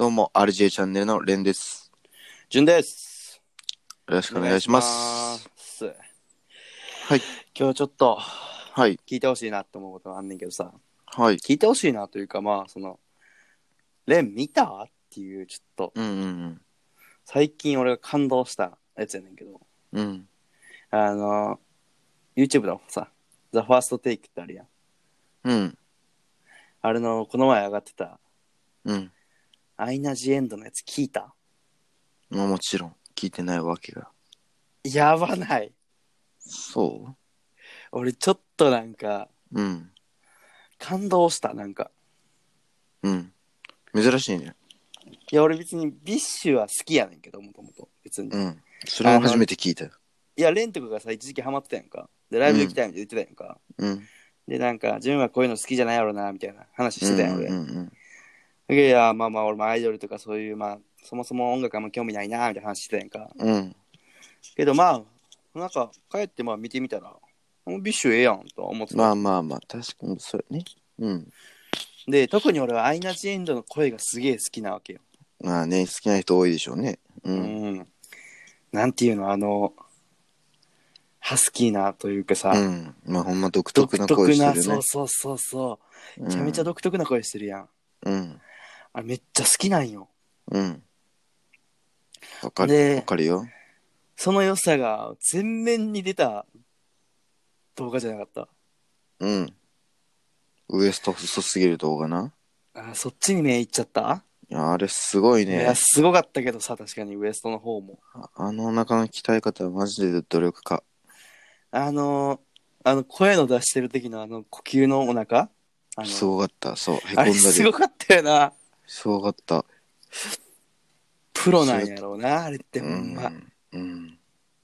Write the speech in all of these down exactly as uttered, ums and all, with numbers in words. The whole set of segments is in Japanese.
どうも アールジェー チャンネルのレンです。 順です。 よろしくお願いします。 ますはい。 今日ちょっとはい。 聞いてほしいなって思うことがあんねんけどさ、 はい。 聞いてほしいなというか、まあそのレン見たっていうちょっとうんうん最近俺が感動したやつやねんけど、 うん。うん。 あの YouTube のさ The First Take ってあるやん。 うん。 あれのこの前上がってたうん。 アイナ・ジ・エンドのやつ聞いた？ まあもちろん聞いてないわけが。 やばない？ そ俺ちょっとなんかう？うん。 感動した。なんかうん。珍しいね。 いや俺別にビッシュは好きやねんけど、もともと別にうん。それも初めて聞いたよ。 いやレンとかがさ一時期ハマってたやんか。でライブで行きたいみたいな言ってたやんか。 うん。 でなんか自分はこういうの好きじゃないやろなみたいな話うんうんしてたやん俺。 うんいやまあまあ俺もアイドルとかそういうまあそもそも音楽あんま興味ないなみたいな話してたやんか。 うん。うん。 けどまあなんか帰ってまあ見てみたらビッシュええやんとは思ってたわけ。 まあまあまあ、確かにそうやね。うん。 で特に俺はアイナ・ジ・エンドの声がすげえ好きなわけよ。 まあね、好きな人多いでしょうね。う。 うんん。なんていうの、あのハスキーなというかさ、 うん。まあほんま独特独な声特な、 してるね。 そうそうそうそう、めちゃめちゃうん。 独特な声してるやん。 うん。 あれめっちゃ好きなんよ。 うん。わかる。わでかるよ。 その良さが全面に出た動画じゃなかった？ うん。ウエスト細すぎる動画な。 あ、そっちに目いっちゃった？ いや、あれすごいいや、 ね。 すごかったけどさ、確かにウエストの方も。 ああのお腹の鍛え方はマジで努力家。 あのー、あの、声の出してる時のあの、呼吸のお腹あすの、 ごかった。そう。へあれこんだり。 すごかったよな。 すごかった。 プロなんそれ、 やろうな、あれってうほんま。 ん。うん。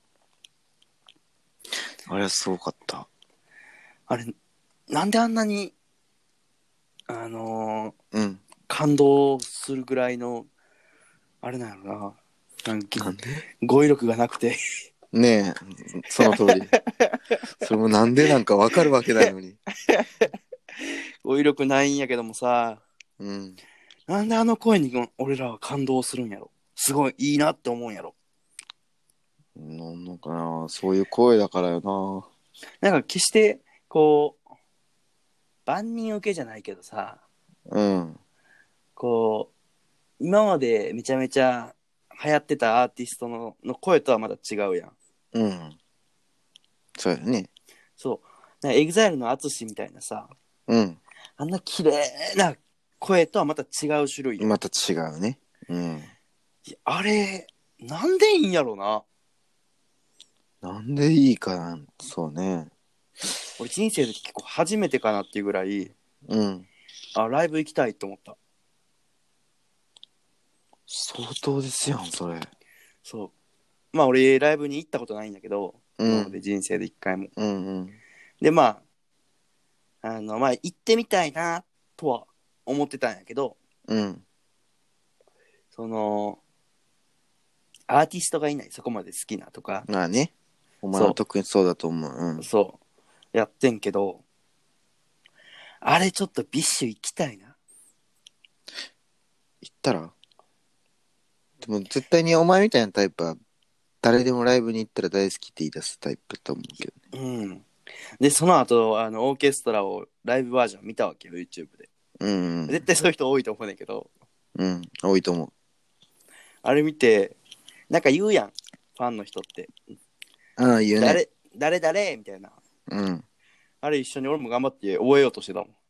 あれはすごかった。 あれ、なんであんなに、あのー、 うん。 感動するぐらいの、あれなんやろな。なんかなんで語彙力がなくて。 ねえ、その通り。それもなんでなんかわかるわけないのに。 語彙力ないんやけどもさ、 うん。 なんであの声に俺らは感動するんやろ。すごいいいなって思うんやろ。 なんのかな。そういう声だからよな。 なんか決してこう万人受けじゃないけどさ、 うん。 こう今までめちゃめちゃ流行ってたアーティストのの声とはまた違うやん。 うん。そうやね。 そう。なんかエグザイルの淳みたいなさ、 うん。 あんな綺麗な声とはまた違う種類やん。 また違うね。うん。 あれなんでいいんやろな。 なんでいいかな。そうね。 俺人生で結構初めてかなっていうぐらい、 うん。 あ、ライブ行きたいと思った。 相当ですよ、それ。 そう。まあ俺ライブに行ったことないんだけど、 うん。 今まで人生で一回も。 うんうん。 でまああのまあ行ってみたいなとは思ってたんやけど、 うん。 そのアーティストがいないそこまで好きなとか、 まあね。お前はそ特にそうだと思う。うう、 ん。 そうやってんけど、あれちょっとビッシュ行きたいな。 言ったらでも絶対にお前みたいなタイプは誰でもライブに行ったら大好きって言い出すタイプだと思うけどね。 うん。でその後あのオーケストラをライブバージョン見たわけよ YouTube で。 うん、うん。 絶対そういう人多いと思うねんけど、 うん。多いと思う。 あれ見てなんか言うやん、ファンの人って。 ああ、言うね。 誰誰誰みたいな。 うん。 あれ一緒に俺も頑張って覚えようとしてたもん。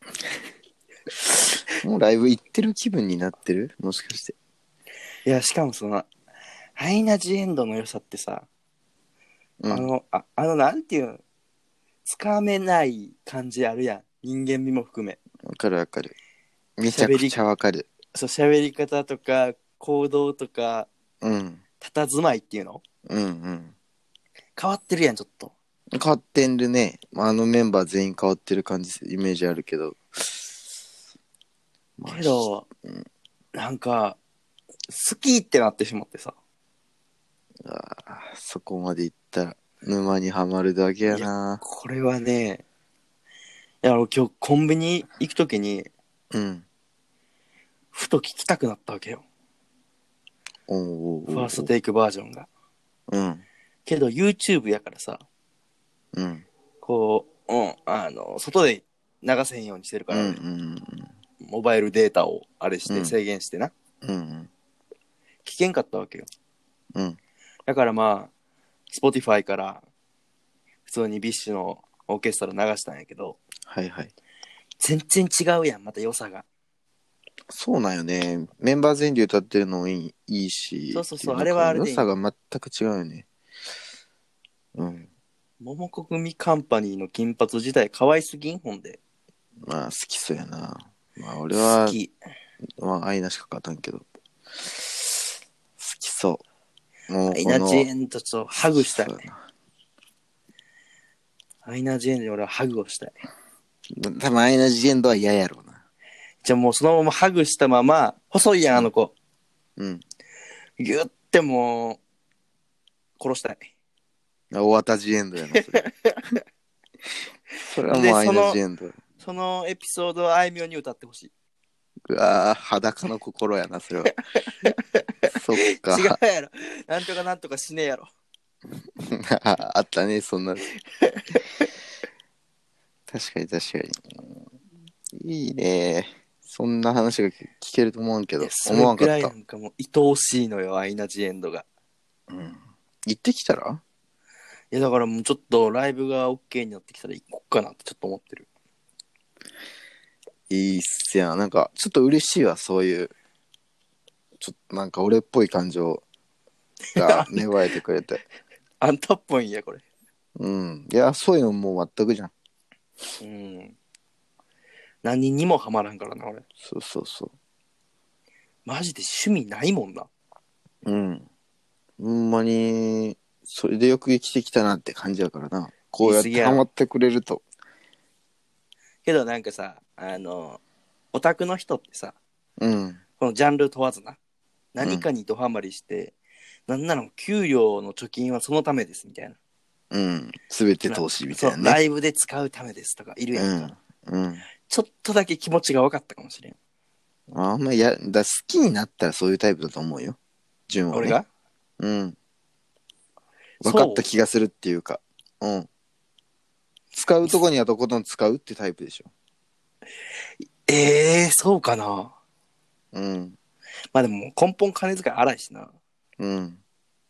もうライブ行ってる気分になってるもしかして。 いやしかもそのアイナ・ジ・エンドの良さってさ、 うん。 あのああのなんていうの、つかめない感じあるやん、人間味も含め。 わかるわかる。めちゃくちゃわかる。 そう喋り方とか行動とかうん。 佇まいっていうのうんうん。 変わってるやんちょっと。 変わってんるね。あのメンバー全員変わってる感じ、イメージあるけど。 けど、うん、なんか好きってなってしまってさ。 あそこまでいったら沼にはまるだけやな。 これはね、いや今日コンビニ行くときにうん。 ふと聞きたくなったわけよ。 おうおうおうおうファーストテイクバージョンが。 うん。 けど YouTube やからさ、 うん。 こう、うん、あの、外で流せへんようにしてるかうん。うら、 ん。 モバイルデータをあれしてうん制限してな。 うん。 聞けんかったわけよ。 うん。 だからまあ、Spotify から普通にビッシュのオーケストラ流したんやけど、 はいはい。 全然違うやん、また良さが。 そうなんよね。メンバー全員で歌ってるのもいいいいし、 そうそうそう、 っていなんかあれはあれでいい。 良さが全く違うよね。うん。 桃子組カンパニーの金髪自体可愛すぎんほんで。 まあ好きそうやな。まあ俺好は、 き。 まあアイナしか勝たんけど。好きそう。もうアイナ・ジ・この、 エンドとハグしたいそう。やな。 アイナ・ジ・エンドに俺はハグをしたい。 多分アイナ・ジ・エンドは嫌やろうな。 じゃあもうそのままハグしたまま、細いやん、あの子。 うん。 ギュッてもう、殺したい。 大型ジ・エンドやな、それ。それはもで、 うアイナ・ジ・その、 エンドや。 そのエピソードをあいみょんに歌ってほしい。 うわぁ、裸の心やな、それは。そっか。 違うやろ。なんとかなんとかしねえやろ。 あったね、そんな。確かに確かに。いいね。そんな話が聞けると思うけど、 それぐらいな思わんかった。 んかもう愛おしいのよ、アイナ・ジ・エンドが。 うん。行ってきたらいやだからもうちょっとライブが OK になってきたら行こっかなってちょっと思ってる。 いいっすやん。なんか、ちょっと嬉しいわ、そういう。ちょっとなんか俺っぽい感情が芽生えてくれて。 あんたっぽいんや、これ。 うん。いや、そういうのもう全くじゃん。 うん。何人にもハマらんからな、俺。 そうそうそマジで趣味ないもんな。 う。うん。ほんまに、それでよく生きてきたなって感じやからな。こうやってハマってくれると。 けどなんかさ、あの、オタクの人ってさ、 うん。 このジャンル問わずな、何かにドハマりして、なんなら給料の貯金はそのためですみたいな。 うん。すべて投資みたいなそう、 ね。 ライブで使うためですとかいるやんか。 うん。うん。 ちょっとだけ気持ちが分かったかもしれん。 あんまや、だ好きになったらそういうタイプだと思うよ。純はね。 俺がうん。分かそうった気がするっていうか。うん。使うとこにはとことん使うってタイプでしょ。 ええー、そうかな。 うん。 まあでも根本金遣い荒いしな。 うん。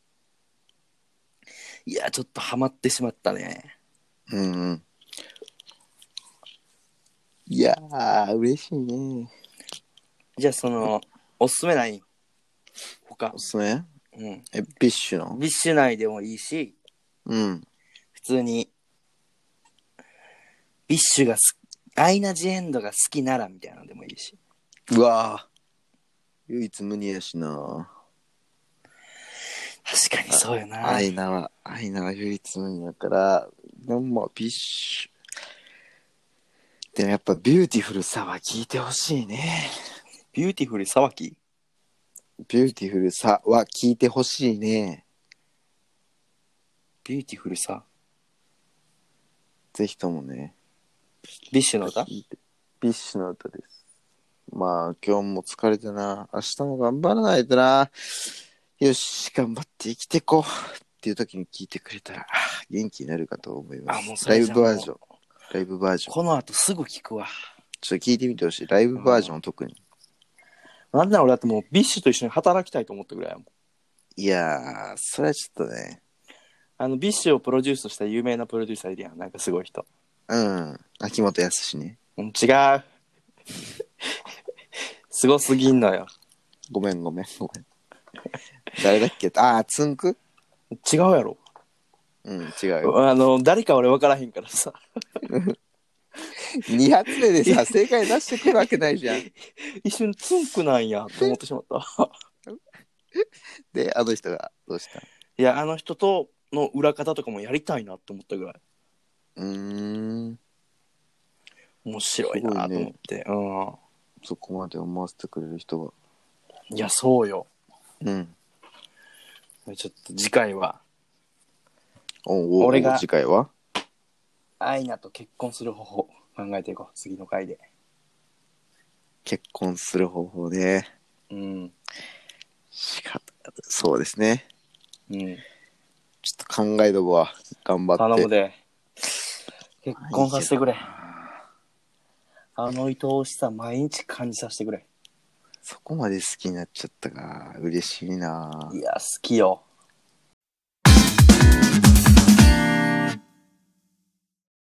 いや、ちょっとハマってしまったね。 うんうん。いやー、嬉しいね。 じゃあその、おすすめない他お。すすめうん。 え、ビッシュのビッシュ内でもいいし、 うん。 普通に、ビッシュがす、アイナ・ジ・エンドが好きならみたいなのでもいいし。 うわー。唯一無二やしな。 確かにそうよな。 アイナは、アイナは唯一無二だから、でもまあ、ビッシュ。でもやっぱビューティフルさは聞いてほしいね。 ビューティフル騒ぎビューティフルさは聞いてほしいね。 ビューティフルさ。 ぜひともね。 ビッシュの歌聞いてビッシュの歌です。まあ今日も疲れてな。明日も頑張らないとな。よし、頑張って生きてこうっていう時に聞いてくれたら元気になるかと思いまあ、もうす。ライそれじゃブバージョン。ライブバージョン。 この後すぐ聞くわ。 ちょっと聞いてみてほしい。ライブバージョン特に。 なんなら俺だってもうビッシュと一緒に働きたいと思ったぐらいやもん。 いやー、それはちょっとね。 あの、ビッシュをプロデュースした有名なプロデューサーいるやん。なんかすごい人。 うん。秋元康ね。 うん、違う。すごすぎんのよ。 ごめんごめんごめん。誰だっけあー、つんく違うやろ。 うん、違うよ。 あの、誰か俺分からへんからさ。 に発目でさ、正解出してくるわけないじゃん。 一瞬ツンクなんやって思ってしまった。 で、あの人がどうしたいや、あの人との裏方とかもやりたいなって思ったぐらい。 うーん。 面白いなと思って。 そこまで思わせてくれる人が。 うん。いや、そうよ。 うん。 ちょっと次回は、 おうおう俺が次回はアイナと結婚する方法考えていこう。次の回で。 結婚する方法ね。 うん。 しかそうですね。 うん。 ちょっと考えとこわ。頑張って。 頼むで。結婚させてくれ。 いいけどなあの愛おしさ毎日感じさせてくれ。 そこまで好きになっちゃったか。嬉しいないや、好きよ。